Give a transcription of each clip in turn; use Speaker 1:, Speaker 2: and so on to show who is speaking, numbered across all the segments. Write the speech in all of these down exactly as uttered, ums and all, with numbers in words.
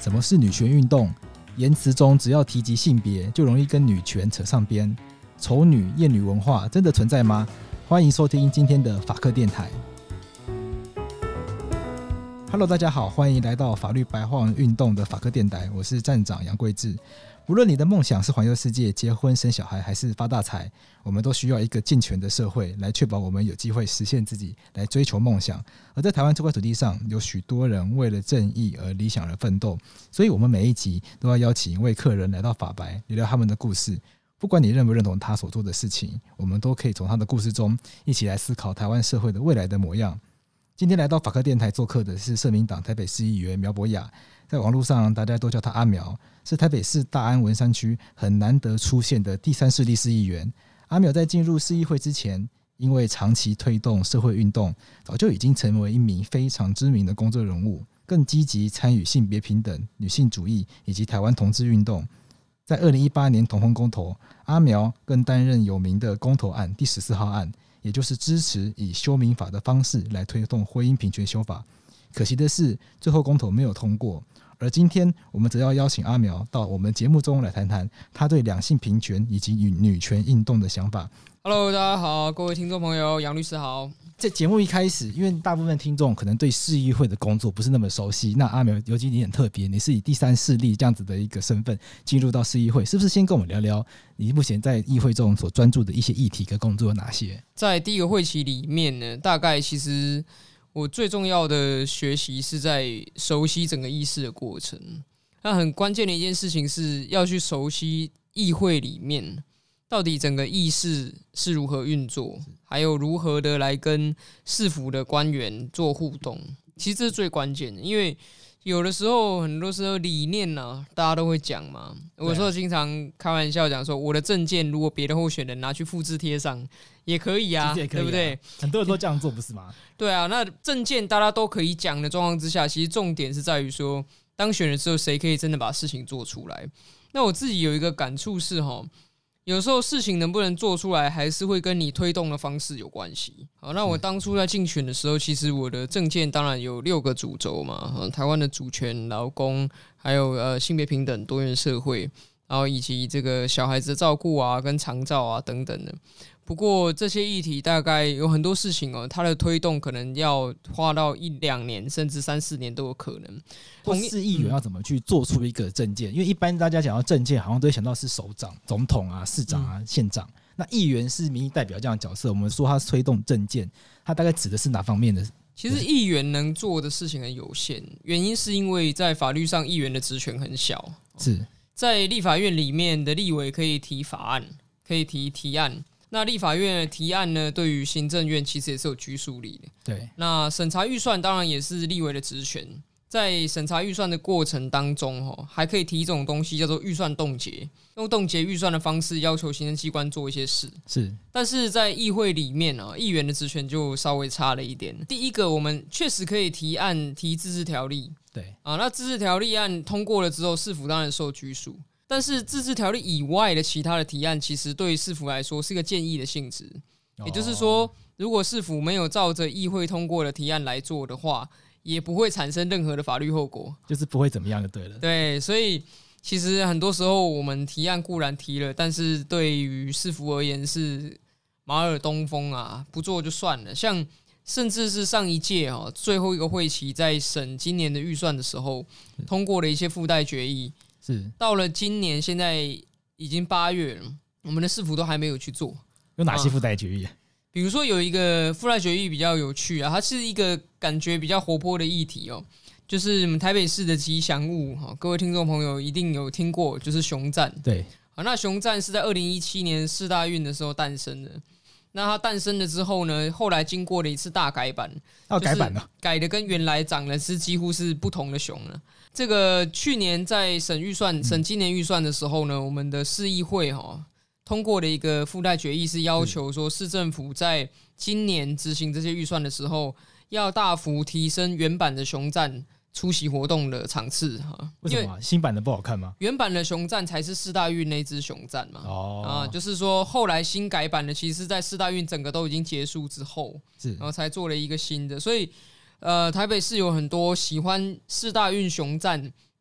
Speaker 1: 什么是女权运动？言辞中只要提及性别，就容易跟女权扯上边。丑女、厌女文化真的存在吗？欢迎收听今天的法客电台。Hello， 大家好，欢迎来到法律白话文运动的法客电台，我是站长杨贵志。无论你的梦想是环游世界、结婚生小孩，还是发大财，我们都需要一个健全的社会来确保我们有机会实现自己，来追求梦想。而在台湾这块土地上，有许多人为了正义而理想而奋斗，所以我们每一集都要邀请一位客人来到法白，聊聊他们的故事。不管你认不认同他所做的事情，我们都可以从他的故事中一起来思考台湾社会的未来的模样。今天来到法客电台做客的是社民党台北市议员苗博雅，在网络上大家都叫他阿苗，是台北市大安文山区很难得出现的第三势力市议员。阿苗在进入市议会之前，因为长期推动社会运动，早就已经成为一名非常知名的公众人物，更积极参与性别平等、女性主义以及台湾同志运动。在二零一八年同婚公投，阿苗更担任有名的公投案第十四号案，也就是支持以修民法的方式来推动婚姻平权修法。可惜的是，最后公投没有通过。而今天我们则要邀请阿苗到我们节目中来谈谈他对两性平权以及女权运动的想法。
Speaker 2: Hello， 大家好，各位听众朋友，杨律师好。
Speaker 1: 在节目一开始，因为大部分听众可能对市议会的工作不是那么熟悉，那阿苗尤其你很特别，你是以第三势力这样子的一个身份进入到市议会，是不是先跟我们聊聊你目前在议会中所专注的一些议题跟工作有哪些？
Speaker 2: 在第一个会期里面呢，大概其实我最重要的学习是在熟悉整个议事的过程。那很关键的一件事情是要去熟悉议会里面到底整个议事是如何运作，还有如何的来跟市府的官员做互动。其实这是最关键的，因为有的时候很多时候理念啊，大家都会讲嘛。我说经常开玩笑讲说，我的政见如果别的候选人拿去复制贴上也可以啊，
Speaker 1: 可以啊，
Speaker 2: 对不对？
Speaker 1: 很多人都这样做，不是吗？
Speaker 2: 对啊，那政见大家都可以讲的状况之下，其实重点是在于说，当选的时候谁可以真的把事情做出来。那我自己有一个感触是齁，有时候事情能不能做出来，还是会跟你推动的方式有关系。好，那我当初在竞选的时候，其实我的政见当然有六个主轴嘛，台湾的主权、劳工，还有呃性别平等、多元社会，然后以及这个小孩子的照顾啊、跟长照啊等等的。不过这些议题大概有很多事情哦，它的推动可能要花到一两年，甚至三四年都有可能。
Speaker 1: 或是议员要怎么去做出一个政见？因为一般大家讲到政见，好像都会想到是首长、总统啊、市长啊、县长。那议员是民意代表这样的角色，我们说他推动政见，他大概指的是哪方面的？
Speaker 2: 其实议员能做的事情很有限，原因是因为在法律上，议员的职权很小。
Speaker 1: 是
Speaker 2: 在立法院里面的立委可以提法案，可以提提案。那立法院的提案呢，对于行政院其实也是有拘束力的。
Speaker 1: 对，
Speaker 2: 那审查预算当然也是立委的职权，在审查预算的过程当中，还可以提一种东西叫做预算冻结，用冻结预算的方式要求行政机关做一些事。
Speaker 1: 是，
Speaker 2: 但是在议会里面啊，议员的职权就稍微差了一点。第一个，我们确实可以提案提自治条例，
Speaker 1: 对啊，
Speaker 2: 那自治条例案通过了之后，市府当然受拘束。但是自治条例以外的其他的提案，其实对市府来说是一个建议的性质，也就是说，如果市府没有照着议会通过的提案来做的话，也不会产生任何的法律后果，
Speaker 1: 就是不会怎么样就对了。
Speaker 2: 对，所以其实很多时候我们提案固然提了，但是对于市府而言是马耳东风啊，不做就算了。像甚至是上一届哦最后一个会期在审今年的预算的时候，通过了一些附带决议。是到了今年，现在已经八月了，我们的市府都还没有去做。
Speaker 1: 有哪些附带决议？啊，
Speaker 2: 比如说有一个附带决议比较有趣啊，它是一个感觉比较活泼的议题哦，就是我们台北市的吉祥物，各位听众朋友一定有听过，就是熊赞。
Speaker 1: 对，
Speaker 2: 好，那熊赞是在二零一七年世大运的时候诞生的。那它诞生了之后呢，后来经过了一次大改版，
Speaker 1: 要改版了，
Speaker 2: 改的跟原来长的是几乎是不同的熊了。这个去年在审预算、审今年预算的时候呢，我们的市议会哈通过了一个附带决议，是要求说市政府在今年执行这些预算的时候，要大幅提升原版的熊赞出席活动的场次哈。
Speaker 1: 为什么、啊、新版的不好看吗？
Speaker 2: 原版的熊赞才是世大运那只熊赞嘛。
Speaker 1: 哦
Speaker 2: 啊，就是说后来新改版的，其实是在世大运整个都已经结束之后，是然后才做了一个新的，所以。呃，台北市有很多喜欢世大运熊赞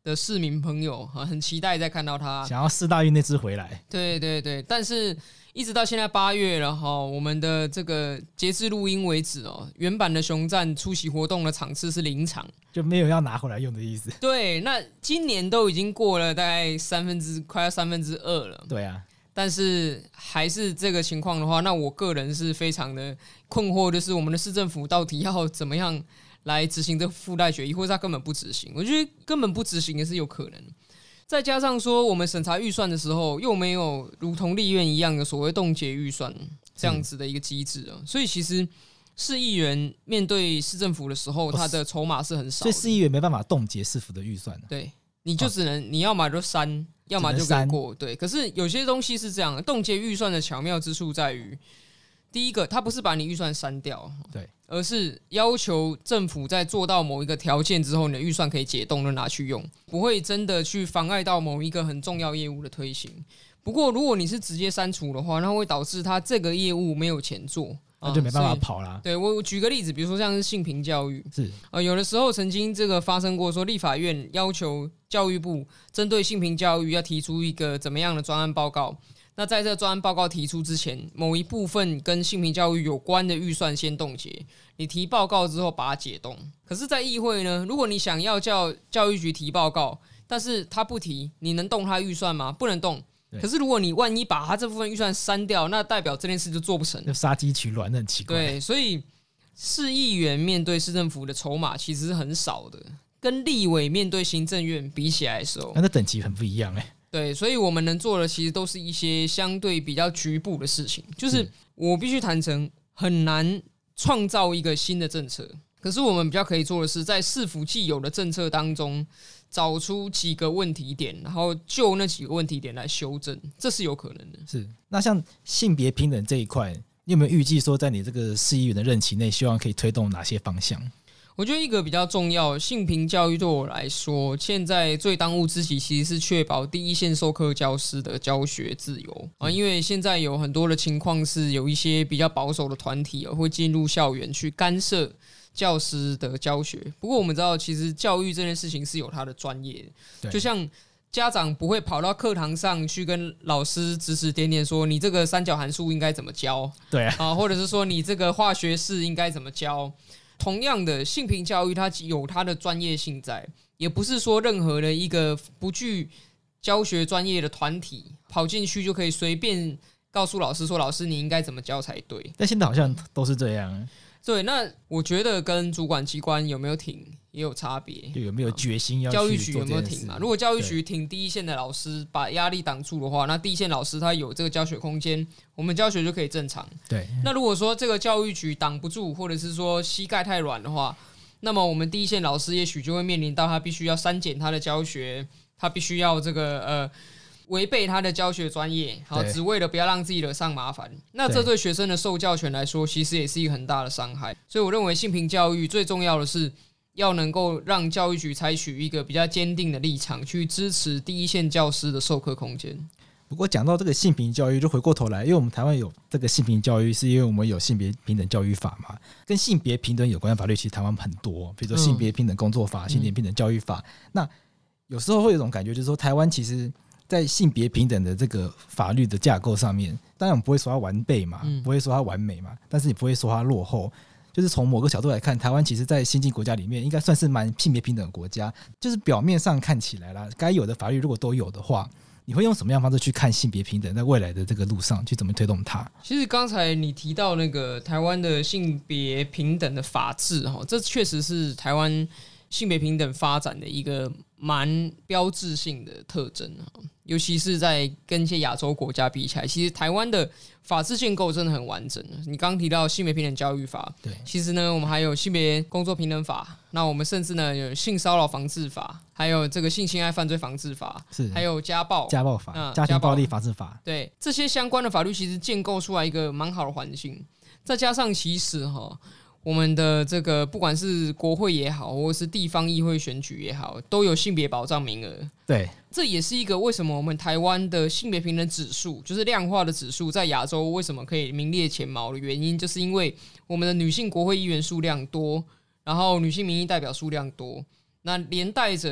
Speaker 2: 的市民朋友很期待再看到他，
Speaker 1: 想要四大运那支回来。
Speaker 2: 对对对，但是一直到现在八月了哈，我们的这个截至录音为止哦，原版的熊战出席活动的场次是零场，
Speaker 1: 就没有要拿回来用的意思。
Speaker 2: 对，那今年都已经过了大概三分之快要三分之二了。
Speaker 1: 对啊。
Speaker 2: 但是还是这个情况的话，那我个人是非常的困惑，就是我们的市政府到底要怎么样来执行这个附带决议，或者他根本不执行？我觉得根本不执行也是有可能。再加上说，我们审查预算的时候又没有如同立院一样的所谓冻结预算这样子的一个机制啊，所以其实市议员面对市政府的时候，他的筹码是很少的，
Speaker 1: 所以市议员没办法冻结市府的预算。
Speaker 2: 对，你就只能、哦、你要么就删。要么就给过，对。可是有些东西是这样，冻结预算的巧妙之处在于，第一个，它不是把你预算删掉，
Speaker 1: 对，
Speaker 2: 而是要求政府在做到某一个条件之后，你的预算可以解冻就拿去用，不会真的去妨碍到某一个很重要业务的推行。不过，如果你是直接删除的话，那会导致它这个业务没有钱做。
Speaker 1: 那就没办法跑啦。
Speaker 2: 对，我举个例子，比如说像是性平教育，
Speaker 1: 是
Speaker 2: 呃，有的时候曾经这个发生过，说立法院要求教育部针对性平教育要提出一个怎么样的专案报告。那在这专案报告提出之前，某一部分跟性平教育有关的预算先冻结，你提报告之后把它解冻。可是，在议会呢，如果你想要叫教育局提报告，但是他不提，你能动他预算吗？不能动。可是如果你万一把他这部分预算删掉，那代表这件事就做不成，
Speaker 1: 就杀鸡取卵，那很奇怪。
Speaker 2: 对，所以市议员面对市政府的筹码其实是很少的，跟立委面对行政院比起来的时候，
Speaker 1: 那等级很不一样哎、欸。
Speaker 2: 对，所以我们能做的其实都是一些相对比较局部的事情，就是我必须坦诚，很难创造一个新的政策。可是我们比较可以做的是，在市府既有的政策当中，找出几个问题点，然后就那几个问题点来修正，这是有可能的。
Speaker 1: 是，那像性别平等这一块，你有没有预计说，在你这个市议员的任期内，希望可以推动哪些方向？
Speaker 2: 我觉得一个比较重要，性平教育对我来说，现在最当务之急其实是确保第一线授课教师的教学自由啊，因为现在有很多的情况是有一些比较保守的团体会进入校园去干涉教师的教学。不过我们知道，其实教育这件事情是有它的专业的，就像家长不会跑到课堂上去跟老师指指点点说你这个三角函数应该怎么教，
Speaker 1: 对 啊,
Speaker 2: 啊，或者是说你这个化学式应该怎么教。同样的，性平教育它有它的专业性在，也不是说任何的一个不具教学专业的团体跑进去就可以随便告诉老师说，老师你应该怎么教才对。
Speaker 1: 但现在好像都是这样。
Speaker 2: 对，那我觉得跟主管机关有没有挺也有差别，
Speaker 1: 就有没有决心要去
Speaker 2: 教育局
Speaker 1: 做这件事
Speaker 2: 有没有挺嘛？如果教育局挺第一线的老师，把压力挡住的话，那第一线老师他有这个教学空间，我们教学就可以正常。
Speaker 1: 对，
Speaker 2: 那如果说这个教育局挡不住，或者是说膝盖太软的话，那么我们第一线老师也许就会面临到他必须要删减他的教学，他必须要这个呃。违背他的教学专业，好，只为了不要让自己惹上麻烦。那这对学生的受教权来说，其实也是一个很大的伤害。所以我认为性平教育最重要的是要能够让教育局采取一个比较坚定的立场，去支持第一线教师的授课空间。
Speaker 1: 不过讲到这个性平教育，就回过头来，因为我们台湾有这个性平教育，是因为我们有性别平等教育法嘛，跟性别平等有关的法律其实台湾很多，比如说性别平等工作法、嗯、性别平等教育法。那有时候会有一种感觉，就是说台湾其实在性别平等的这个法律的架构上面，当然我们不会说它完备嘛，不会说它完美嘛，但是也不会说它落后。就是从某个角度来看，台湾其实在先进国家里面应该算是蛮性别平等的国家。就是表面上看起来啦，该有的法律如果都有的话，你会用什么样的方式去看性别平等在未来的这个路上去怎么推动它？
Speaker 2: 其实刚才你提到那个台湾的性别平等的法制，这确实是台湾性别平等发展的一个蛮标志性的特征，尤其是在跟一些亚洲国家比起来，其实台湾的法制建构真的很完整。你刚刚提到性别平等教育法，对，其实呢，我们还有性别工作平等法，那我们甚至呢有性骚扰防治法，还有这个性侵害犯罪防治法，是还有家暴
Speaker 1: 家暴法、嗯、家庭暴力防治法，
Speaker 2: 对，这些相关的法律其实建构出来一个蛮好的环境，再加上其实哈。我们的这个不管是国会也好，或是地方议会选举也好，都有性别保障名额。
Speaker 1: 对，
Speaker 2: 这也是一个为什么我们台湾的性别平等指数，就是量化的指数，在亚洲为什么可以名列前茅的原因，就是因为我们的女性国会议员数量多，然后女性民意代表数量多，那连带着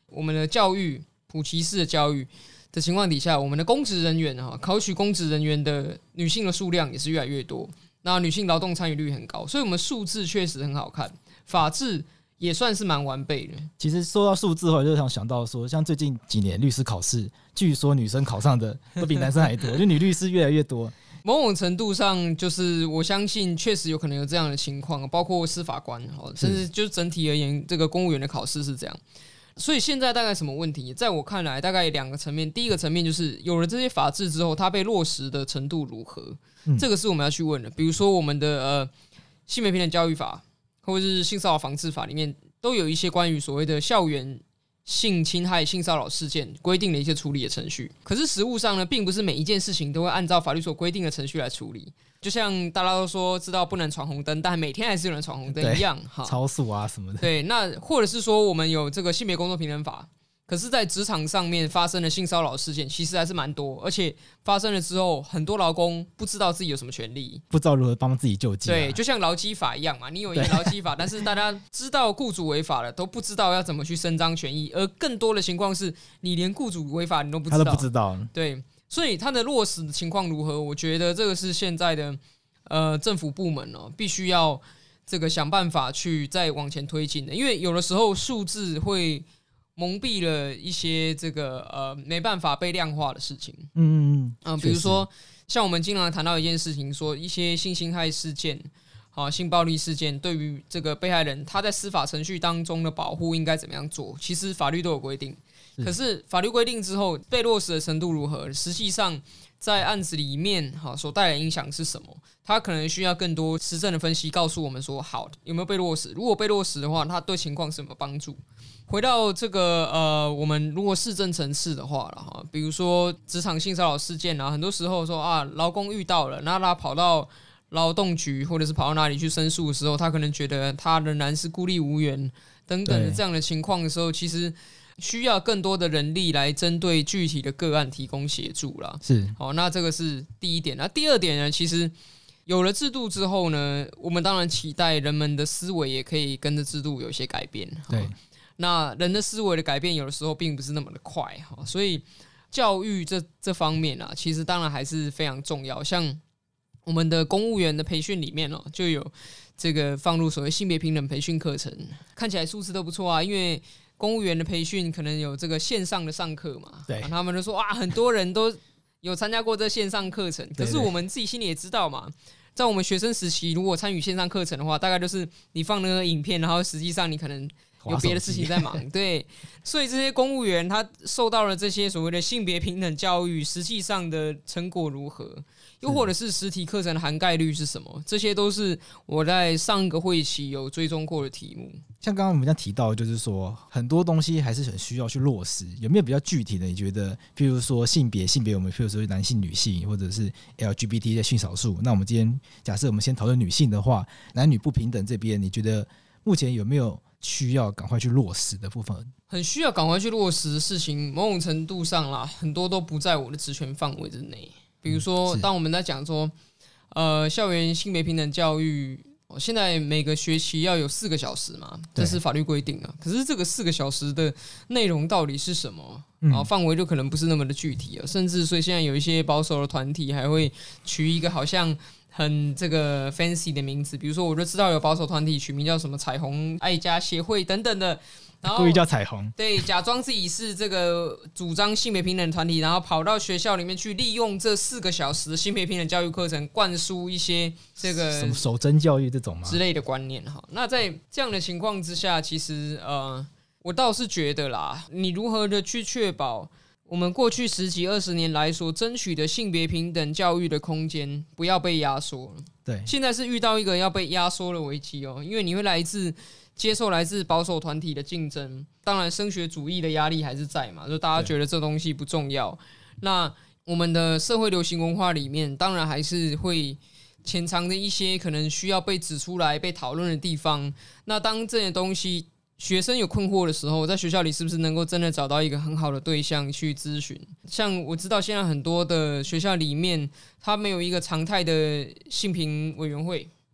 Speaker 2: 我们的教育普及式的教育的情况底下，我们的公职人员哈，考取公职人员的女性的数量也是越来越多，那女性劳动参与率很高，所以我们数字确实很好看，法制也算是蛮完备的。
Speaker 1: 其实说到数字，我就想想到说，像最近几年律师考试，据说女生考上的都比男生还多，就女律师越来越多。
Speaker 2: 某种程度上，就是我相信确实有可能有这样的情况，包括司法官，甚至就是整体而言，这个公务员的考试是这样。所以现在大概什么问题？在我看来，大概两个层面。第一个层面就是有了这些法制之后，它被落实的程度如何？嗯、这个是我们要去问的。比如说我们的呃性别平等教育法，或者是性骚扰防治法里面，都有一些关于所谓的校园性侵害、性骚扰事件规定的一些处理的程序。可是实务上呢，并不是每一件事情都会按照法律所规定的程序来处理。就像大家都说知道不能闯红灯，但每天还是有人闯红灯一样，
Speaker 1: 超速啊什么的。
Speaker 2: 对，那或者是说我们有这个性别工作平等法，可是在职场上面发生的性骚扰事件其实还是蛮多，而且发生了之后，很多劳工不知道自己有什么权利，
Speaker 1: 不知道如何帮自己救济、啊。
Speaker 2: 对，就像劳基法一样嘛，你有一个劳基法，但是大家知道雇主违法了，都不知道要怎么去伸张权益，而更多的情况是你连雇主违法你都不知道，
Speaker 1: 他都不知道。
Speaker 2: 对，所以它的落实的情况如何？我觉得这个是现在的呃政府部门哦，必须要这个想办法去再往前推进的，因为有的时候数字会蒙蔽了一些这个呃没办法被量化的事情。嗯嗯嗯，呃、比如说像我们经常谈到一件事情，说一些性侵害事件。好，性暴力事件对于这个被害人，他在司法程序当中的保护应该怎么样做？其实法律都有规定，可是法律规定之后被落实的程度如何？实际上在案子里面，好所带来的影响是什么？他可能需要更多实证的分析，告诉我们说，好有没有被落实？如果被落实的话，它对情况是有没有帮助？回到这个呃，我们如果市政层次的话了哈，比如说职场性骚扰事件啊，很多时候说啊，劳工遇到了，那他跑到劳动局或者是跑到哪里去申诉的时候，他可能觉得他仍然是孤立无援等等的这样的情况的时候，其实需要更多的人力来针对具体的个案提供协助啦。
Speaker 1: 是，
Speaker 2: 好，那这个是第一点。那第二点呢，其实有了制度之后呢，我们当然期待人们的思维也可以跟着制度有一些改变。
Speaker 1: 对，
Speaker 2: 那人的思维的改变有的时候并不是那么的快，所以教育这这方面啊，其实当然还是非常重要。像我们的公务员的培训里面哦，就有这个放入所谓性别平等培训课程，看起来数字都不错啊。因为公务员的培训可能有这个线上的上课嘛，
Speaker 1: 对，
Speaker 2: 他们就说啊，很多人都有参加过这线上课程。可是我们自己心里也知道嘛，在我们学生时期，如果参与线上课程的话，大概就是你放那个影片，然后实际上你可能有别的事情在忙，对，所以这些公务员他受到了这些所谓的性别平等教育，实际上的成果如何？又或者是实体课程的涵盖率是什么？这些都是我在上一个会期有追踪过的题目。
Speaker 1: 像刚刚我们这样提到，就是说很多东西还是很需要去落实。有没有比较具体的？你觉得，譬如说性别，性别我们譬如说男性、女性，或者是 L G B T 的性少数。那我们今天假设我们先讨论女性的话，男女不平等这边，你觉得目前有没有需要赶快去落实的部分？
Speaker 2: 很需要赶快去落实的事情，某种程度上啦，很多都不在我的职权范围之内。比如说，当我们在讲说，呃，校园性别平等教育，现在每个学期要有四个小时嘛，这是法律规定啊。可是这个四个小时的内容到底是什么？然后范围就可能不是那么的具体了，甚至所以现在有一些保守的团体还会取一个好像很这个 fancy 的名字，比如说我就知道有保守团体取名叫什么彩虹爱家协会等等的。然后
Speaker 1: 故意叫彩虹，
Speaker 2: 对，假装自己是这个主张性别平等团体，然后跑到学校里面去，利用这四个小时的性别平等教育课程，灌输一些这个
Speaker 1: 什么守贞教育这种吗
Speaker 2: 之类的观念哈。那在这样的情况之下，其实呃，我倒是觉得啦，你如何的去确保我们过去十几二十年来所争取的性别平等教育的空间不要被压缩了？
Speaker 1: 对，
Speaker 2: 现在是遇到一个要被压缩的危机哦，因为你会来自接受来自保守团体的竞争，当然升学主义的压力还是在嘛，就大家觉得这东西不重要。那我们的社会流行文化里面，当然还是会潜藏着一些可能需要被指出来、被讨论的地方。那当这些东西学生有困惑的时候，在学校里是不是能够真的找到一个很好的对象去咨询？像我知道现在很多的学校里面，它没有一个常态的性平委员会。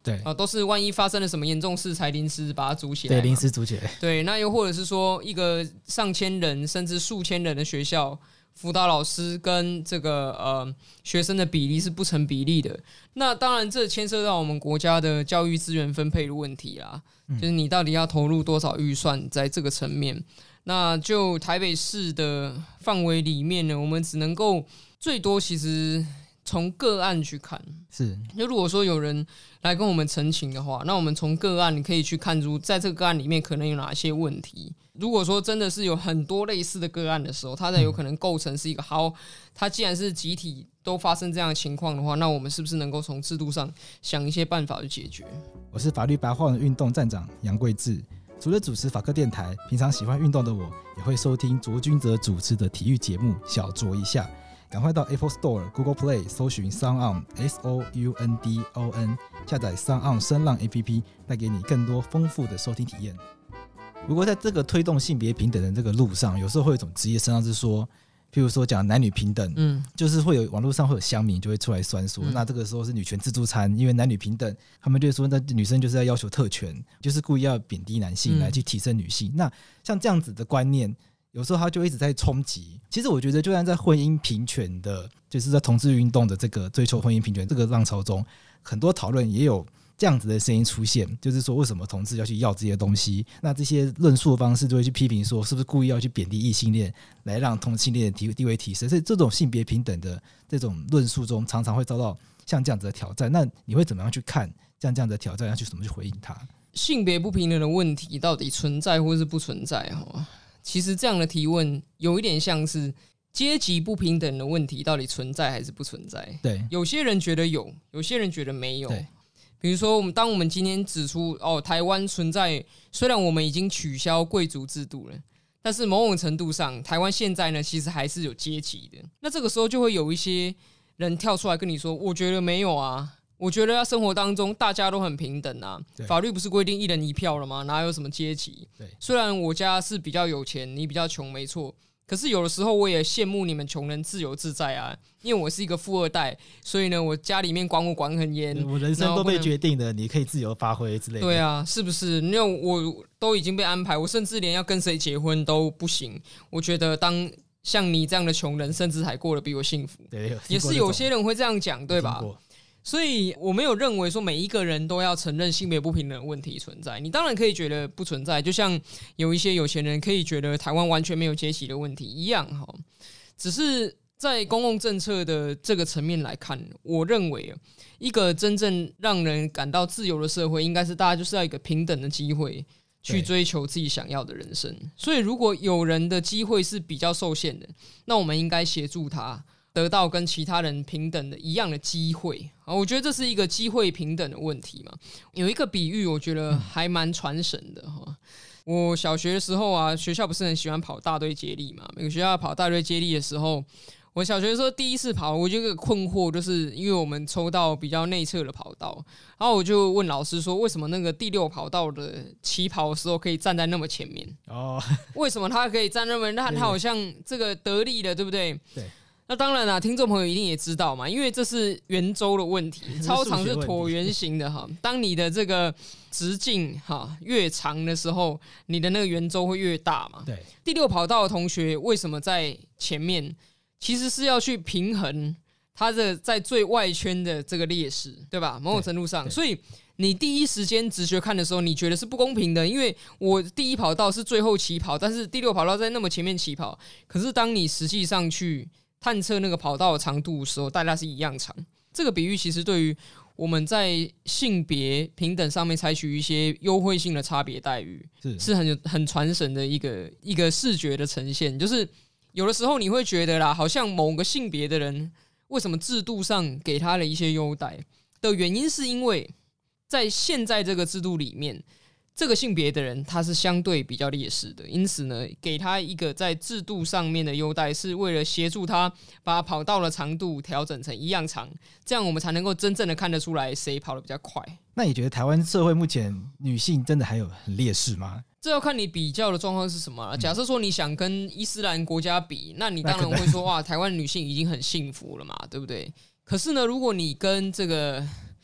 Speaker 1: 对
Speaker 2: 啊，都是万一发生了什么严重事才临时把它组起来，
Speaker 1: 对，临时组起来，
Speaker 2: 对，那又或者是说一个上千人甚至数千人的学校，辅导老师跟这个呃学生的比例是不成比例的。那当然，这牵涉到我们国家的教育资源分配的问题啦，嗯、就是你到底要投入多少预算在这个层面。那就台北市的范围里面呢，我们只能够最多其实从个案去看。
Speaker 1: 是，
Speaker 2: 就如果说有人来跟我们陈情的话，那我们从个案你可以去看出，在这个个案里面可能有哪些问题。如果说真的是有很多类似的个案的时候，它才有可能构成是一个好。它既然是集体都发生这样的情况的话，那我们是不是能够从制度上想一些办法去解决？
Speaker 1: 我是法律白话文运动站长杨贵智。除了主持法科电台，平常喜欢运动的我也会收听卓君泽主持的体育节目小酌一下。赶快到 Apple Store、Google Play 搜寻 Sound On S O U N D O N， 下载 Sound On 声浪 A P P， 带给你更多丰富的收听体验。如果在这个推动性别平等的这个路上，有时候会有一种职业声浪是说，譬如说讲男女平等，嗯，就是会有网络上会有乡民就会出来酸说、嗯，那这个时候是女权自助餐，因为男女平等，他们就会说那女生就是要要求特权，就是故意要贬低男性来去提升女性。嗯、那像这样子的观念，有时候他就一直在冲击。其实我觉得，就算在婚姻平权的，就是在同志运动的这个追求婚姻平权这个浪潮中，很多讨论也有这样子的声音出现，就是说为什么同志要去要这些东西？那这些论述的方式就会去批评说，是不是故意要去贬低异性恋，来让同性恋的地位提升？所以这种性别平等的这种论述中，常常会遭到像这样子的挑战。那你会怎么样去看像这样的挑战？要去怎么去回应它？性别不平等的问题到底存在或是不存在？其实这样的提问有一点像是阶级不平等的问题到底存在还是不存在？对，有些人觉得有，有些人觉得没有。比如说，我们当我们今天指出哦，台湾存在，虽然我们已经取消贵族制度了，但是某种程度上，台湾现在呢，其实还是有阶级的。那这个时候就会有一些人跳出来跟你说：“我觉得没有啊。”我觉得在生活当中大家都很平等啊，法律不是规定一人一票了吗？哪有什么阶级？虽然我家是比较有钱，你比较穷，没错。可是有的时候我也羡慕你们穷人自由自在啊，因为我是一个富二代，所以呢，我家里面管我管很严，我人生都被决定了，你可以自由发挥之类的。对啊，是不是？因为我都已经被安排，我甚至连要跟谁结婚都不行。我觉得当像你这样的穷人，甚至还过得比我幸福。对，也是有些人会这样讲，对吧？所以我没有认为说每一个人都要承认性别不平等的问题存在，你当然可以觉得不存在，就像有一些有钱人可以觉得台湾完全没有阶级的问题一样。只是在公共政策的这个层面来看，我认为一个真正让人感到自由的社会，应该是大家就是要一个平等的机会去追求自己想要的人生。所以如果有人的机会是比较受限的，那我们应该协助他得到跟其他人平等的一样的机会。我觉得这是一个机会平等的问题嘛。有一个比喻我觉得还蛮传神的。我小学的时候啊，学校不是很喜欢跑大队接力嘛，每个学校跑大队接力的时候，我小学的时候第一次跑，我就有个困惑，就是因为我们抽到比较内侧的跑道，然后我就问老师说，为什么那个第六跑道的起跑的时候可以站在那么前面？哦，为什么他可以站那么，那他好像这个得力了，对不对？对。那当然啦，听众朋友一定也知道嘛，因为这是圆周的问题，操场是椭圆形的哈。当你的这个直径哈越长的时候，你的那个圆周会越大嘛。对。第六跑道的同学为什么在前面？其实是要去平衡他的在最外圈的这个劣势，对吧？某种程度上，所以你第一时间直觉看的时候，你觉得是不公平的，因为我第一跑道是最后起跑，但是第六跑道在那么前面起跑。可是当你实际上去探测那个跑道的长度的时候，大家是一样长。这个比喻其实对于我们在性别平等上面采取一些优惠性的差别待遇，是, 是很很传神的一个一个视觉的呈现。就是有的时候你会觉得啦，好像某个性别的人为什么制度上给他了一些优待的原因，是因为在现在这个制度里面，这个性别的人他是相对比较劣势的，因此呢，给他一个在制度上面的优待，是为了协助他把跑道的长度调整成一样长，这样我们才能够真正的看得出来谁跑得比较快。那你觉得台湾社会目前女性真的还有很劣势吗？这要看你比较的状况是什么啦。假设说你想跟伊斯兰国家比，那你当然会说哇，台湾女性已经很幸福了嘛，对不对？可是呢，如果你跟这个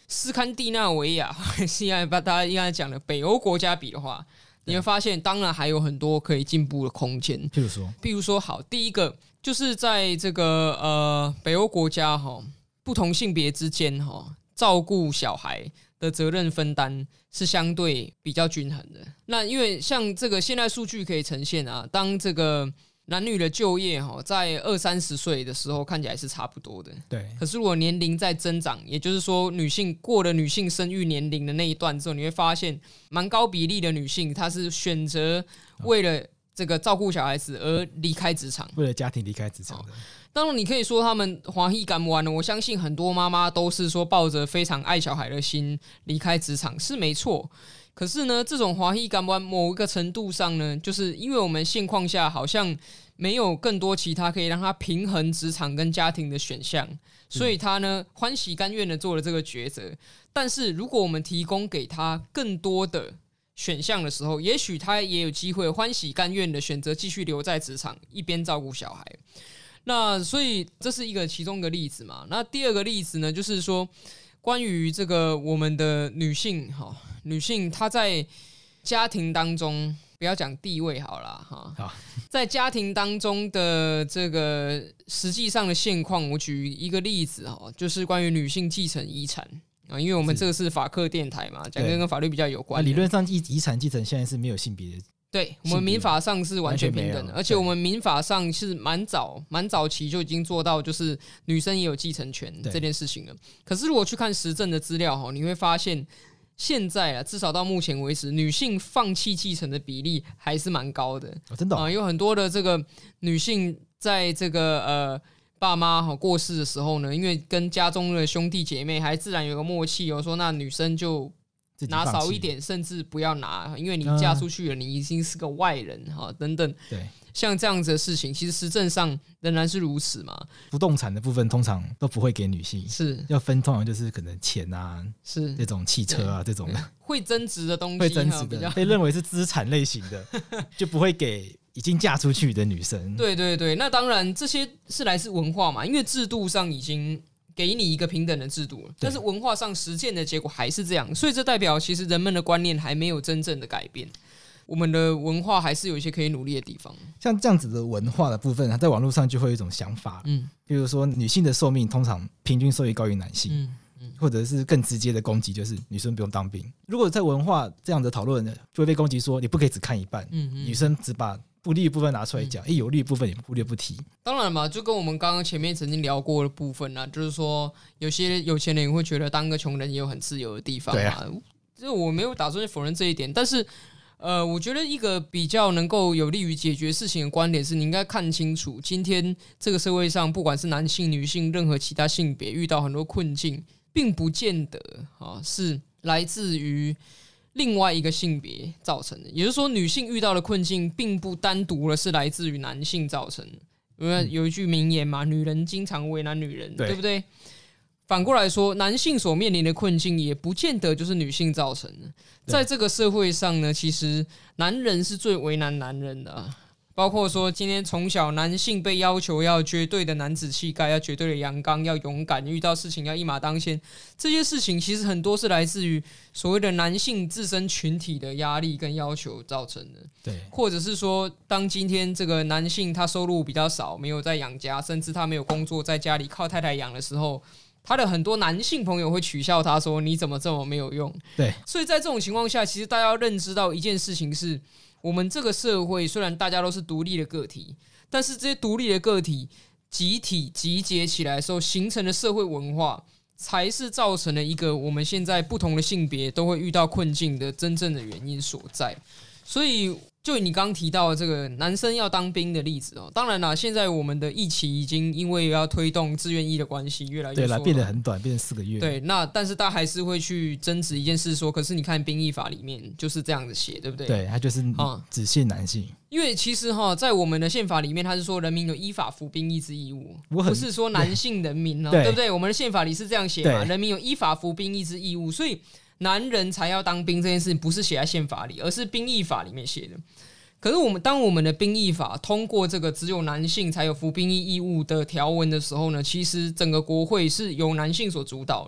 Speaker 2: 斯堪的纳维亚，现在把大家应该讲的北欧国家比的话，你会发现，当然还有很多可以进步的空间。
Speaker 1: 譬如说，
Speaker 2: 譬如说，好，第一个就是在这个呃北欧国家哈，不同性别之间哈，照顾小孩的责任分担是相对比较均衡的。那因为像这个现在数据可以呈现啊，当这个男女的就业哈，在二三十岁的时候看起来是差不多的。
Speaker 1: 对。
Speaker 2: 可是如果年龄在增长，也就是说女性过了女性生育年龄的那一段之后，你会发现蛮高比例的女性，她是选择为了这个照顾小孩子而离开职场，
Speaker 1: 为了家庭离开职场的。
Speaker 2: 当然，你可以说他们欢喜甘愿了。我相信很多妈妈都是说抱着非常爱小孩的心离开职场，是没错。可是呢，这种欢喜甘愿某一个程度上呢，就是因为我们现况下好像没有更多其他可以让他平衡职场跟家庭的选项，所以他呢欢喜甘愿的做了这个抉择。但是如果我们提供给他更多的选项的时候，也许他也有机会欢喜甘愿的选择继续留在职场，一边照顾小孩。那所以这是一个其中一个例子嘛。那第二个例子呢，就是说关于这个我们的女性哈，女性她在家庭当中，不要讲地位好了哈，在家庭当中的这个实际上的现况，我举一个例子哈，就是关于女性继承遗产啊，因为我们这个是法客电台嘛，讲跟跟法律比较有关。
Speaker 1: 理论上遗遗产继承现在是没有性别的。
Speaker 2: 对，我们民法上是完全平等的，而且我们民法上是蛮早蛮早期就已经做到，就是女生也有继承权这件事情了。可是如果去看实证的资料，你会发现现在啊，至少到目前为止，女性放弃继承的比例还是蛮高的。
Speaker 1: 哦、真的、哦
Speaker 2: 啊，有很多的这个女性在这个呃爸妈过世的时候呢，因为跟家中的兄弟姐妹还自然有个默契，有说那女生就拿少一点，甚至不要拿，因为你嫁出去了，你已经是个外人哈，等等。
Speaker 1: 对，
Speaker 2: 像这样子的事情，其实实证上仍然是如此嘛。
Speaker 1: 不动产的部分通常都不会给女性，
Speaker 2: 是
Speaker 1: 要分，通常就是可能钱啊，
Speaker 2: 是
Speaker 1: 这种汽车啊这种的
Speaker 2: 会增值的东西，
Speaker 1: 会增值的，被认为是资产类型的，就不会给已经嫁出去的女生。
Speaker 2: 对对对，那当然这些是来自文化嘛，因为制度上已经给你一个平等的制度了，但是文化上实践的结果还是这样，所以这代表其实人们的观念还没有真正的改变，我们的文化还是有一些可以努力的地方。
Speaker 1: 像这样子的文化的部分，在网络上就会有一种想法，嗯，比如说女性的寿命通常平均寿命高于男性，嗯嗯，或者是更直接的攻击就是女生不用当兵。如果在文化这样的讨论，就会被攻击说你不可以只看一半，嗯嗯，女生只把不利的部分拿出来讲，嗯、有利的部分也忽略不提。
Speaker 2: 当然嘛，就跟我们刚刚前面曾经聊过的部分啊，就是说有些有钱人会觉得当个穷人也有很自由的地方嘛。对啊，这我没有打算否认这一点，但是呃，我觉得一个比较能够有利于解决事情的观点是，你应该看清楚，今天这个社会上，不管是男性、女性，任何其他性别遇到很多困境，并不见得啊是来自于另外一个性别造成的，也就是说，女性遇到的困境并不单独的是来自于男性造成的。因为有一句名言嘛，女人经常为难女人， 对, 对不对？反过来说，男性所面临的困境也不见得就是女性造成的。在这个社会上呢，其实男人是最为难男人的、啊。包括说，今天从小男性被要求要绝对的男子气概，要绝对的阳刚，要勇敢，遇到事情要一马当先。这些事情其实很多是来自于所谓的男性自身群体的压力跟要求造成的。
Speaker 1: 对，
Speaker 2: 或者是说，当今天这个男性他收入比较少，没有在养家，甚至他没有工作，在家里靠太太养的时候，他的很多男性朋友会取笑他说：“你怎么这么没有用？”
Speaker 1: 对，
Speaker 2: 所以在这种情况下，其实大家要认知到一件事情是。我们这个社会虽然大家都是独立的个体，但是这些独立的个体集体集结起来的时候形成的社会文化，才是造成了一个我们现在不同的性别都会遇到困境的真正的原因所在。所以就你刚刚提到的这个男生要当兵的例子哦，当然啦，现在我们的役期已经因为要推动志愿役的关系越来越缩短，
Speaker 1: 对啦，变得很短，变成四个月。
Speaker 2: 对，那但是大家还是会去争执一件事说，可是你看兵役法里面就是这样子写，对不对？
Speaker 1: 对，它就是只限男性。
Speaker 2: 因为其实哈，在我们的宪法里面，它是说人民有依法服兵役之义务，不是说男性人民哦， 对, 对不对？我们的宪法里是这样写嘛，人民有依法服兵役之义务，所以男人才要当兵这件事情不是写在宪法里，而是兵役法里面写的。可是我们当我们的兵役法通过这个只有男性才有服兵役义务的条文的时候呢，其实整个国会是由男性所主导的。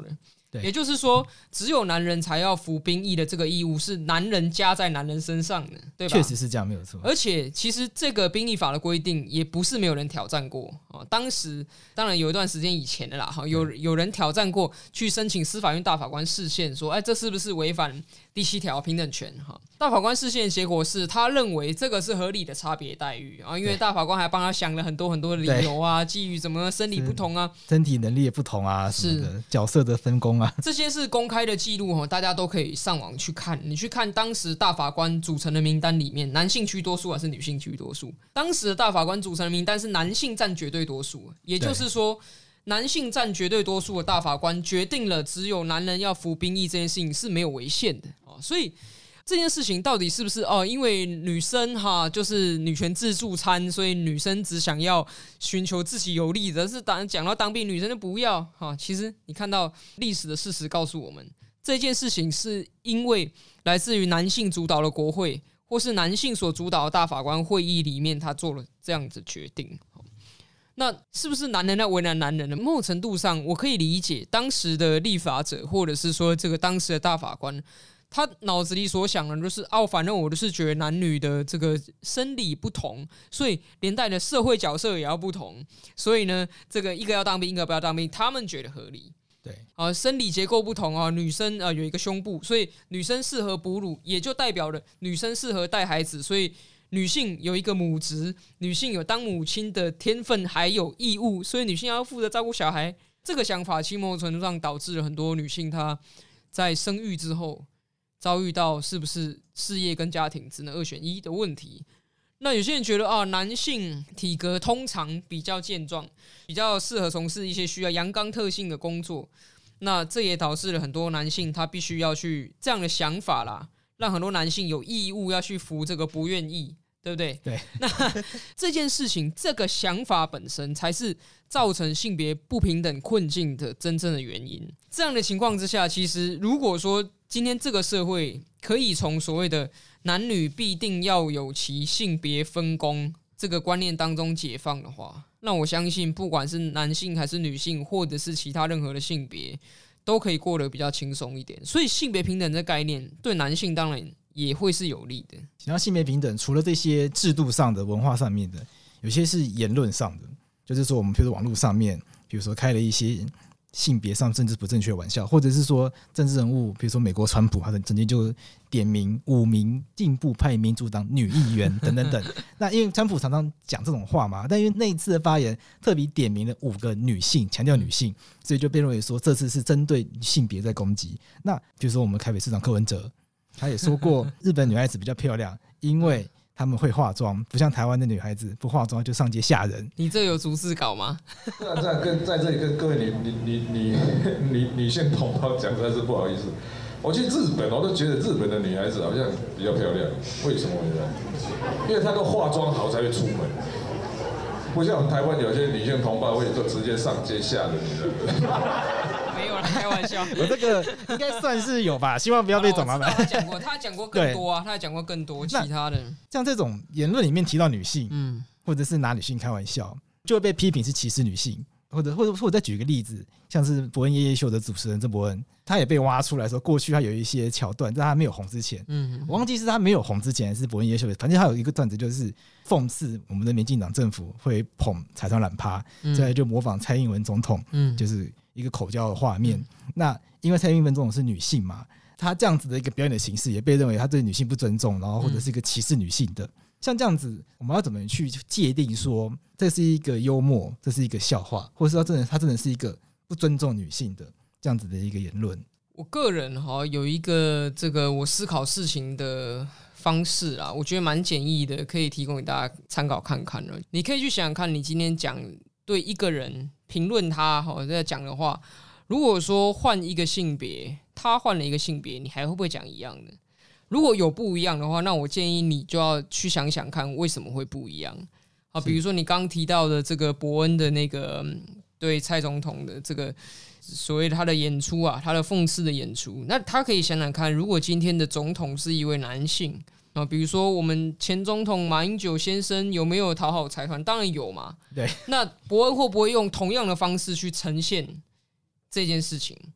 Speaker 2: 也就是说，只有男人才要服兵役的这个义务是男人加在男人身上的，对吧？
Speaker 1: 确实是这样，没有错。
Speaker 2: 而且，其实这个兵役法的规定也不是没有人挑战过啊。当时当然有一段时间以前的啦，有有人挑战过，去申请司法院大法官释宪，说，哎，这是不是违反第七条平等权？哈，大法官释宪的结果是他认为这个是合理的差别待遇啊，因为大法官还帮他想了很多很多的理由啊，基于怎么生理不同啊，
Speaker 1: 身体能力也不同啊，什么的角色的分工啊，
Speaker 2: 这些是公开的记录，大家都可以上网去看。你去看当时大法官组成的名单里面，男性居多数还是女性居多数？当时的大法官组成的名单是男性占绝对多数，也就是说，男性占绝对多数的大法官决定了只有男人要服兵役这件事情是没有违宪的。所以这件事情到底是不是哦？因为女生哈就是女权自助餐，所以女生只想要寻求自己有利的，是当讲到当兵，女生就不要哈。其实你看到历史的事实告诉我们，这件事情是因为来自于男性主导的国会，或是男性所主导的大法官会议里面，他做了这样子决定。那是不是男人要为难男人呢？某种程度上，我可以理解当时的立法者，或者是说这个当时的大法官。他脑子里所想的就是哦，反正我就是觉得男女的这个生理不同，所以连带的社会角色也要不同，所以呢，这个一个要当兵，一个不要当兵，他们觉得合理。
Speaker 1: 对
Speaker 2: 啊，生理结构不同啊，女生啊有一个胸部，所以女生适合哺乳，也就代表了女生适合带孩子，所以女性有一个母职，女性有当母亲的天分还有义务，所以女性要负责照顾小孩。这个想法，其某种程度上导致了很多女性她在生育之后。遭遇到是不是事业跟家庭只能二选一的问题。那有些人觉得啊，男性体格通常比较健壮，比较适合从事一些需要阳刚特性的工作。那这也导致了很多男性他必须要去这样的想法啦，让很多男性有义务要去服这个不愿意，对不对？
Speaker 1: 对。
Speaker 2: 那这件事情，这个想法本身才是造成性别不平等困境的真正的原因。这样的情况之下，其实如果说今天这个社会可以从所谓的男女必定要有其性别分工这个观念当中解放的话，那我相信不管是男性还是女性，或者是其他任何的性别，都可以过得比较轻松一点。所以性别平等这概念对男性当然也会是有利的。
Speaker 1: 然后性别平等除了这些制度上的、文化上面的，有些是言论上的，就是说我们比如说网络上面，比如说开了一些性别上政治不正确的玩笑，或者是说政治人物，比如说美国川普，他曾经就点名五名进步派民主党女议员等等等。那因为川普常常讲这种话嘛，但因为那一次的发言特别点名了五个女性，强调女性，所以就被认为说这次是针对性别在攻击。那比如说我们台北市长柯文哲，他也说过日本女孩子比较漂亮，因为他们会化妆，不像台湾的女孩子不化妆就上街吓人。
Speaker 2: 你这有逐字稿吗？
Speaker 3: 那这样跟在这里跟各位女女女女女女性同胞讲，实在是不好意思。我去日本，我都觉得日本的女孩子好像比较漂亮，为什么呢？因为她都化妆好才会出门，不像台湾有些女性同胞会就直接上街吓人的。
Speaker 2: 没有啦，开玩笑。
Speaker 1: 我这个应该算是有吧，希望不要被转麻烦。
Speaker 2: 他讲过，他讲过更多啊，他讲过更多其他的。
Speaker 1: 像这种言论里面提到女性，嗯，或者是拿女性开玩笑，就会被批评是歧视女性。或者或者或者再举一个例子，像是伯恩夜夜秀的主持人郑伯恩，他也被挖出来说，过去他有一些桥段，在他没有红之前，嗯，我忘记是他没有红之前还是伯恩夜夜秀的，反正他有一个段子就是讽刺我们的民进党政府会捧财团懒趴，嗯，再来就模仿蔡英文总统，嗯，就是一个口交的画面。嗯，那因为蔡英文总统是女性嘛，他这样子的一个表演的形式也被认为他对女性不尊重，然后或者是一个歧视女性的。像这样子，我们要怎么去界定说这是一个幽默，这是一个笑话，或者是他真的他真的是一个不尊重女性的这样子的一个言论？
Speaker 2: 我个人哈有一个这个我思考事情的方式啊，我觉得蛮简易的，可以提供给大家参考看看了。你可以去想想看，你今天讲对一个人评论他哈在讲的话，如果说换一个性别，他换了一个性别，你还会不会讲一样的？如果有不一样的话，那我建议你就要去想想看为什么会不一样啊。比如说你刚提到的这个伯恩的那个对蔡总统的这个所谓的他的演出啊，他的讽刺的演出，那他可以想想看，如果今天的总统是一位男性啊，比如说我们前总统马英九先生有没有讨好财团？当然有嘛。
Speaker 1: 对，
Speaker 2: 那伯恩会不会用同样的方式去呈现这件事情？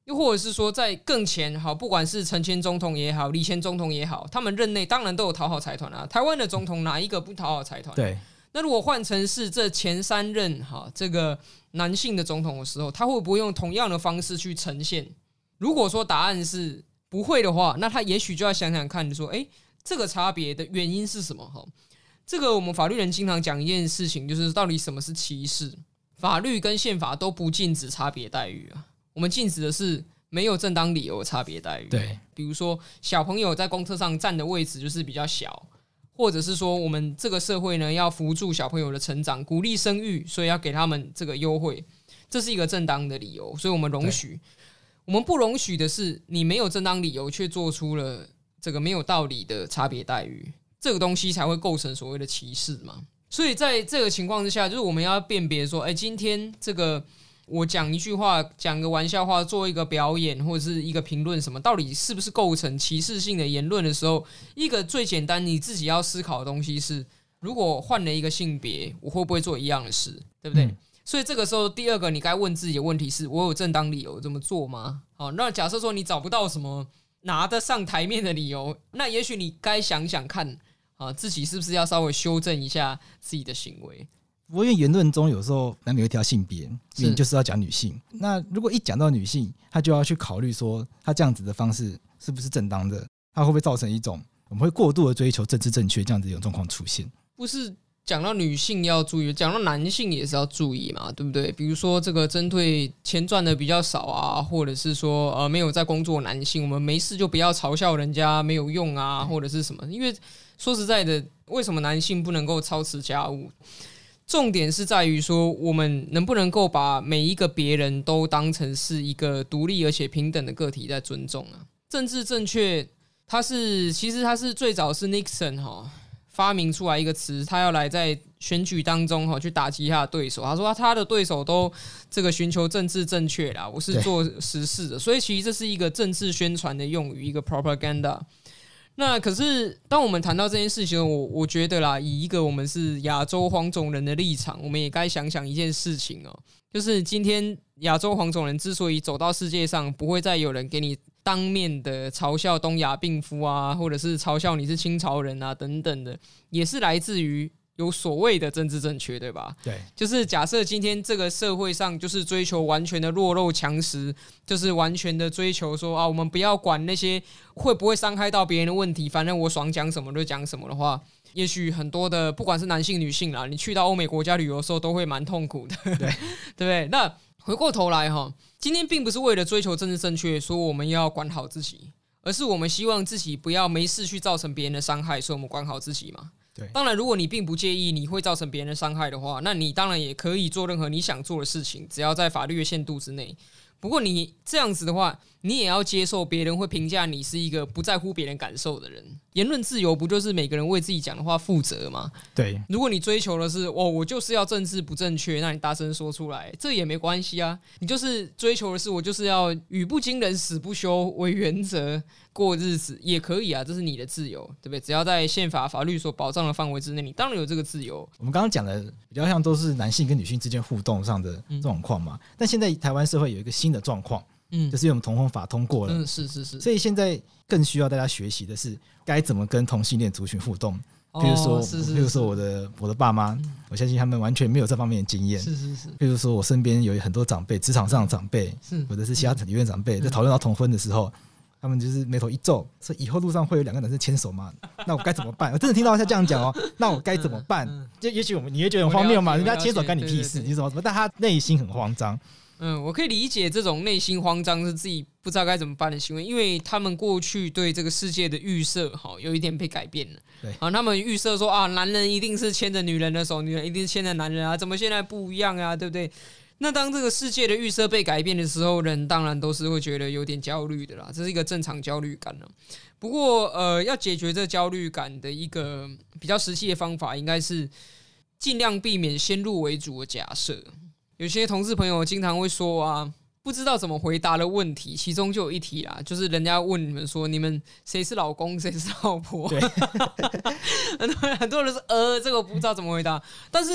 Speaker 2: 又或者是说在更前，好，不管是陈前总统也好，李前总统也好，他们任内当然都有讨好财团啊。台湾的总统哪一个不讨好财团？
Speaker 1: 对。
Speaker 2: 那如果换成是这前三任哈这个男性的总统的时候，他会不会用同样的方式去呈现？如果说答案是不会的话，那他也许就要想想看，说，哎，这个差别的原因是什么？哈，这个我们法律人经常讲一件事情，就是到底什么是歧视？法律跟宪法都不禁止差别待遇啊，我们禁止的是没有正当理由的差别待遇。
Speaker 1: 对，
Speaker 2: 比如说小朋友在公车上站的位置就是比较小。或者是说，我们这个社会呢，要扶助小朋友的成长，鼓励生育，所以要给他们这个优惠，这是一个正当的理由，所以我们容许。我们不容许的是，你没有正当理由，却做出了这个没有道理的差别待遇，这个东西才会构成所谓的歧视嘛。所以在这个情况之下，就是我们要辨别说，哎，今天这个。我讲一句话，讲个玩笑话，做一个表演或者是一个评论，什么到底是不是构成歧视性的言论的时候，一个最简单你自己要思考的东西是：如果换了一个性别，我会不会做一样的事，对不对？嗯、所以这个时候，第二个你该问自己的问题是：我有正当理由这么做吗？好，那假设说你找不到什么拿得上台面的理由，那也许你该想想看，啊，自己是不是要稍微修正一下自己的行为。
Speaker 1: 不过因为言论中有时候难免会提到性别，因为就是要讲女性。那如果一讲到女性，他就要去考虑说，他这样子的方式是不是正当的？他会不会造成一种我们会过度的追求政治正确这样子一种状况出现？
Speaker 2: 不是讲到女性要注意，讲到男性也是要注意嘛，对不对？比如说这个针对钱赚的比较少啊，或者是说呃没有在工作的男性，我们没事就不要嘲笑人家没有用啊，或者是什么？因为说实在的，为什么男性不能够操持家务？重点是在于说，我们能不能够把每一个别人都当成是一个独立而且平等的个体在尊重啊？政治正确，它是其实它是最早是 Nixon 哈发明出来一个词，他要来在选举当中哈去打击他的对手。他说他的对手都这个寻求政治正确啦，我是做实事的，所以其实这是一个政治宣传的用语，一个 propaganda。那可是，当我们谈到这件事情，我我觉得啦，以一个我们是亚洲黄种人的立场，我们也该想想一件事情哦，就是今天亚洲黄种人之所以走到世界上，不会再有人给你当面的嘲笑东亚病夫啊，或者是嘲笑你是清朝人啊等等的，也是来自于有所谓的政治正确，对吧？
Speaker 1: 对，
Speaker 2: 就是假设今天这个社会上就是追求完全的弱肉强食，就是完全的追求说啊，我们不要管那些会不会伤害到别人的问题，反正我爽讲什么就讲什么的话，也许很多的不管是男性女性啦，你去到欧美国家旅游的时候都会蛮痛苦的，对对不对？那回过头来哈，今天并不是为了追求政治正确，说我们要管好自己，而是我们希望自己不要没事去造成别人的伤害，所以我们管好自己嘛。当然如果你并不介意你会造成别人的伤害的话，那你当然也可以做任何你想做的事情，只要在法律的限度之内。不过你这样子的话，你也要接受别人会评价你是一个不在乎别人感受的人。言论自由不就是每个人为自己讲的话负责吗？
Speaker 1: 对，如
Speaker 2: 果你追求的是哦，我就是要政治不正确，那你大声说出来，这也没关系啊。你就是追求的是我就是要语不惊人死不休为原则过日子也可以啊，这是你的自由，对不对？只要在宪法法律所保障的范围之内，你当然有这个自由。
Speaker 1: 我们刚刚讲的比较像都是男性跟女性之间互动上的状况嘛、嗯、但现在台湾社会有一个新的状况，嗯，就是因为我们同婚法通过了，
Speaker 2: 嗯，是是是，
Speaker 1: 所以现在更需要大家学习的是该怎么跟同性恋族群互动。譬如说，哦、是是是譬如说我的我的爸妈、嗯，我相信他们完全没有这方面的经验。
Speaker 2: 是是是。
Speaker 1: 譬如说我身边有很多长辈，职场上的长辈，或者是其他理院长辈，在讨论到同婚的时候。他们就是眉头一皱，说以后路上会有两个男生牵手吗？那我该怎么办？我真的听到他这样讲哦，那我该怎么办？就也许我们你会觉得很荒谬嘛，人家牵手干你屁事，你怎么怎么？但他内心很慌张。
Speaker 2: 嗯，我可以理解这种内心慌张是自己不知道该怎么办的行为，因为他们过去对这个世界的预设哈有一点被改变了。对，啊，他们预设说啊，男人一定是牵着女人的手，女人一定是牵着男人啊，怎么现在不一样啊？对不对？那当这个世界的预设被改变的时候，人当然都是会觉得有点焦虑的啦，这是一个正常焦虑感了。不过，呃，要解决这焦虑感的一个比较实际的方法，应该是尽量避免先入为主的假设。有些同事朋友经常会说啊，不知道怎么回答的问题，其中就有一题啦，就是人家问你们说，你们谁是老公，谁是老婆？对，很多人很多人说，呃，这个不知道怎么回答，但是。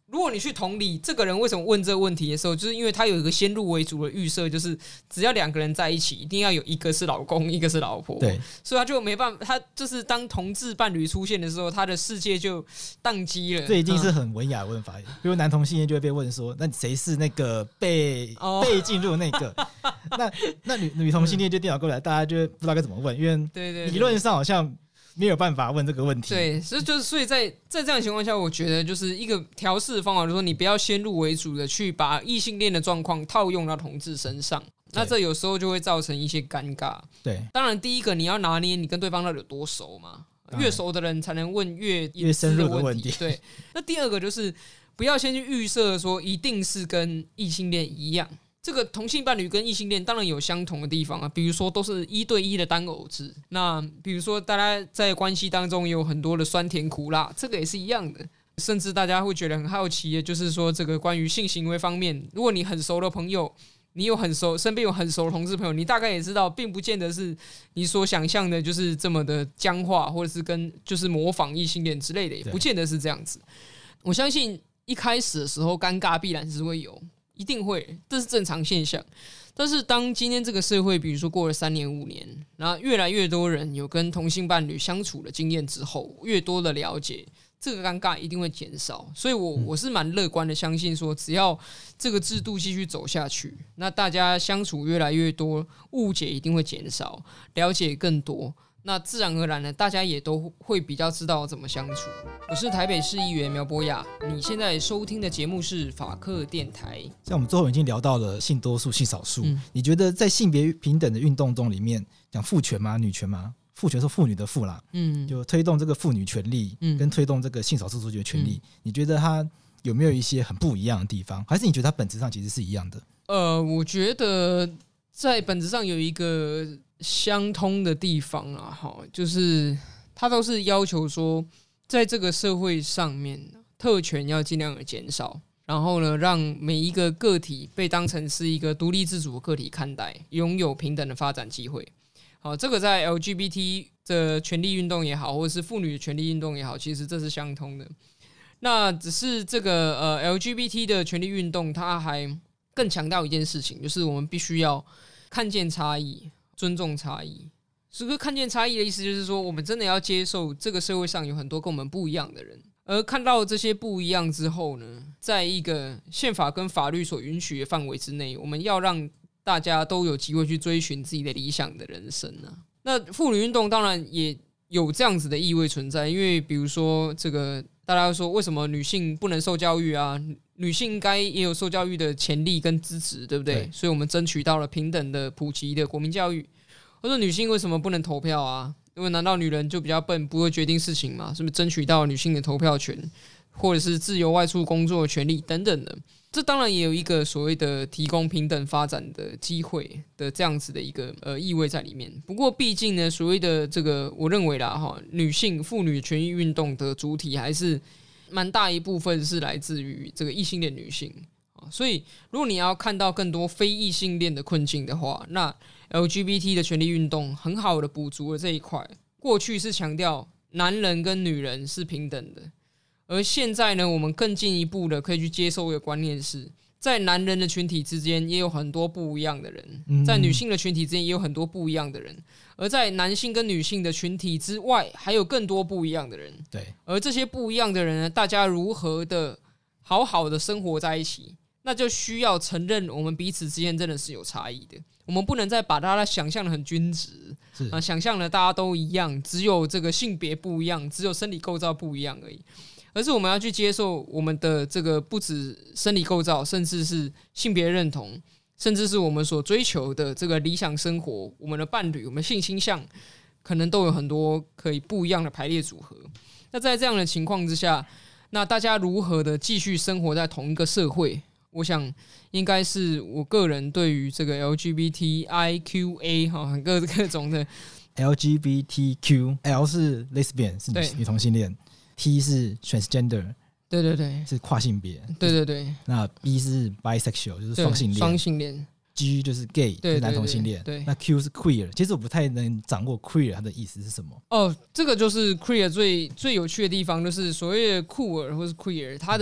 Speaker 2: 如果你去同理这个人为什么问这个问题的时候，就是因为他有一个先入为主的预设，就是只要两个人在一起，一定要有一个是老公，一个是老婆，
Speaker 1: 对，
Speaker 2: 所以他就没办法，他就是当同志伴侣出现的时候，他的世界就宕机了。
Speaker 1: 这已经是很文雅的问法，嗯、比如男同性恋就会被问说，那谁是那个被、哦、被进入的那个？那那女女同性恋就电脑过来，大家就不知道该怎么问，因为理论上好像没有办法问这个问题。
Speaker 2: 对，所以就是所以在在这样的情况下，我觉得就是一个调试的方法，就是说你不要先入为主的去把异性恋的状况套用到同志身上，那这有时候就会造成一些尴尬。
Speaker 1: 对，
Speaker 2: 当然第一个你要拿捏你跟对方到底有多熟嘛，越熟的人才能问越
Speaker 1: 越深入的问题。
Speaker 2: 对，那第二个就是不要先去预设说一定是跟异性恋一样。这个同性伴侣跟异性恋当然有相同的地方啊，比如说都是一对一的单偶制，那比如说大家在关系当中有很多的酸甜苦辣，这个也是一样的。甚至大家会觉得很好奇的就是说这个关于性行为方面，如果你很熟的朋友，你有很熟身边有很熟的同志朋友，你大概也知道并不见得是你所想象的就是这么的僵化，或者是跟就是模仿异性恋之类的，也不见得是这样子。我相信一开始的时候尴尬必然是会有，一定会，这是正常现象。但是当今天这个社会比如说过了三年五年，然后越来越多人有跟同性伴侣相处的经验之后，越多的了解，这个尴尬一定会减少。所以我我是蛮乐观的相信说，只要这个制度继续走下去，那大家相处越来越多，误解一定会减少，了解更多，那自然而然呢，大家也都会比较知道怎么相处。我是台北市议员苗博雅，你现在收听的节目是法客电台。
Speaker 1: 像我们最后已经聊到了性多数、性少数、嗯，你觉得在性别平等的运动中里面，讲父权吗？女权吗？父权是妇女的妇啦，嗯，就推动这个妇女权利，嗯，跟推动这个性少数族群的权利、嗯，你觉得它有没有一些很不一样的地方？还是你觉得它本质上其实是一样的？
Speaker 2: 呃，我觉得在本质上有一个相通的地方啊，哈，就是它都是要求说，在这个社会上面，特权要尽量的减少，然后呢，让每一个个体被当成是一个独立自主的个体看待，拥有平等的发展机会。好，这个在 L G B T 的权利运动也好，或者是妇女的权利运动也好，其实这是相通的。那只是这个呃 L G B T 的权利运动，它还更强调一件事情，就是我们必须要看见差异，尊重差异。所以看见差异的意思就是说，我们真的要接受这个社会上有很多跟我们不一样的人，而看到这些不一样之后呢，在一个宪法跟法律所允许的范围之内，我们要让大家都有机会去追寻自己的理想的人生啊。那妇女运动当然也有这样子的意味存在，因为比如说这个大家说为什么女性不能受教育啊？女性应该也有受教育的权利跟支持，对不对？对，所以我们争取到了平等的普及的国民教育。或者女性为什么不能投票啊？因为难道女人就比较笨，不会决定事情吗？是不是争取到女性的投票权，或者是自由外出工作的权利等等的？这当然也有一个所谓的提供平等发展的机会的这样子的一个呃意味在里面。不过毕竟呢，所谓的这个，我认为啦哈，女性妇女权益运动的主体还是蛮大一部分是来自于这个异性恋女性。所以如果你要看到更多非异性恋的困境的话，那 L G B T 的权利运动很好的补足了这一块。过去是强调男人跟女人是平等的，而现在呢，我们更进一步的可以去接受一个观念是，在男人的群体之间也有很多不一样的人，在女性的群体之间也有很多不一样的人，而在男性跟女性的群体之外还有更多不一样的人。对，而这些不一样的人呢，大家如何的好好的生活在一起，那就需要承认我们彼此之间真的是有差异的。我们不能再把大家想象的很均值，啊，想象的大家都一样，只有这个性别不一样，只有生理构造不一样而已。而是我们要去接受我们的这个不止生理构造，甚至是性别认同，甚至是我们所追求的这个理想生活，我们的伴侣，我们的性倾向，可能都有很多可以不一样的排列组合。那在这样的情况之下，那大家如何的继续生活在同一个社会？我想应该是我个人对于这个 L G B T I Q A 哈各各种的
Speaker 1: L G B T Q L 是 lesbian 是 女, 女同性恋 ，T 是 transgender
Speaker 2: 对对对
Speaker 1: 是跨性别，
Speaker 2: 对对对。
Speaker 1: 那 B 是 bisexual 就是双性恋，
Speaker 2: 双性恋。
Speaker 1: G 就是 gay 就是男同性恋，对。那 Q 是 queer， 其实我不太能掌握 queer 它的意思是什么。
Speaker 2: 哦，这个就是 queer 最最有趣的地方，就是所谓的酷儿或是 queer， 它的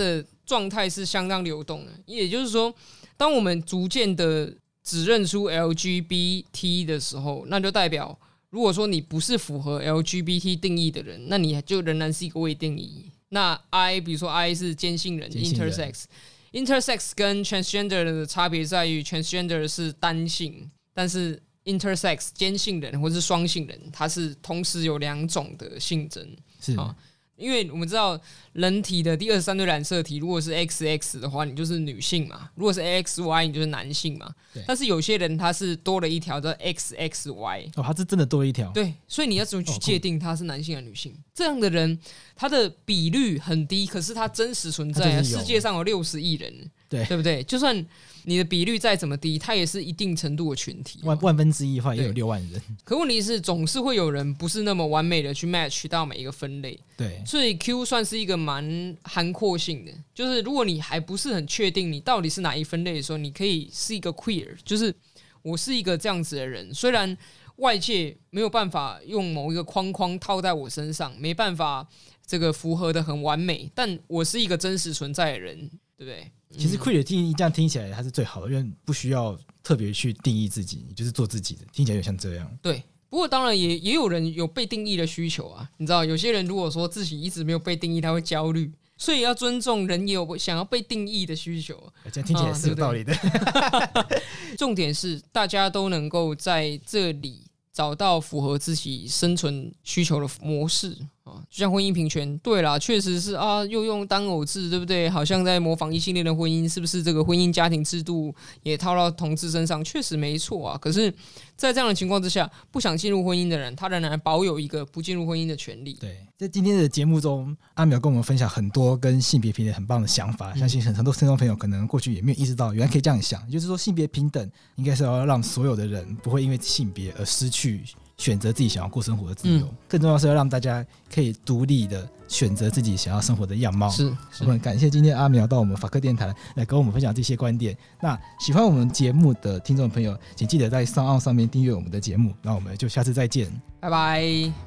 Speaker 2: 状态是相当流动的。也就是说，当我们逐渐的只认出 L G B T 的时候，那就代表，如果说你不是符合 L G B T 定义的人，那你就仍然是一个未定义。那 I， 比如说 I 是坚信人 ，intersex，intersex 跟 transgender 的差别在于 transgender 是单性，但是 intersex 坚信人或是双性人，它是同时有两种的性征。
Speaker 1: 是
Speaker 2: 啊，因为我们知道人体的第二十三对染色体，如果是 X X 的话，你就是女性嘛；如果是 X Y， 你就是男性嘛。但是有些人他是多了一条叫 X X Y，
Speaker 1: 哦，他是真的多一条。
Speaker 2: 对，所以你要怎么去界定他是男性还是女性？这样的人，他的比率很低，可是他真实存在啊。世界上有六十亿人，
Speaker 1: 对
Speaker 2: 对不对？就算你的比率再怎么低，它也是一定程度的群体。
Speaker 1: 万万分之一的话，也有六万人。
Speaker 2: 可问题是，总是会有人不是那么完美的去 match 到每一个分类。
Speaker 1: 对，
Speaker 2: 所以 Q 算是一个蛮涵括性的，就是如果你还不是很确定你到底是哪一分类的时候，你可以是一个 queer， 就是我是一个这样子的人，虽然外界没有办法用某一个框框套在我身上，没办法这个符合的很完美，但我是一个真实存在的人，对不对？
Speaker 1: 其实 queer 定义这样听起来它是最好的，因为不需要特别去定义自己，你就是做自己的，听起来有点像这样。
Speaker 2: 对。不过当然也也有人有被定义的需求啊，你知道有些人如果说自己一直没有被定义，他会焦虑，所以要尊重人也有想要被定义的需求。
Speaker 1: 这样听起来是有道理的。
Speaker 2: 啊、对对重点是大家都能够在这里找到符合自己生存需求的模式啊，就像婚姻平权，对啦，确实是啊，又用单偶制，对不对？好像在模仿异性恋的婚姻，是不是这个婚姻家庭制度也套到同志身上？确实没错啊。可是，在这样的情况之下，不想进入婚姻的人，他仍然保有一个不进入婚姻的权利。
Speaker 1: 对，在今天的节目中，阿苗跟我们分享很多跟性别平等很棒的想法，相信很多听众朋友可能过去也没有意识到，原来可以这样想，也就是说，性别平等应该是要让所有的人不会因为性别而失去选择自己想要过生活的自由，嗯、更重要是要让大家可以独立的选择自己想要生活的样貌。
Speaker 2: 是，
Speaker 1: 我们感谢今天阿苗到我们法科电台来跟我们分享这些观点。那喜欢我们节目的听众朋友，请记得在SoundOn上面订阅我们的节目。那我们就下次再见，
Speaker 2: 拜拜。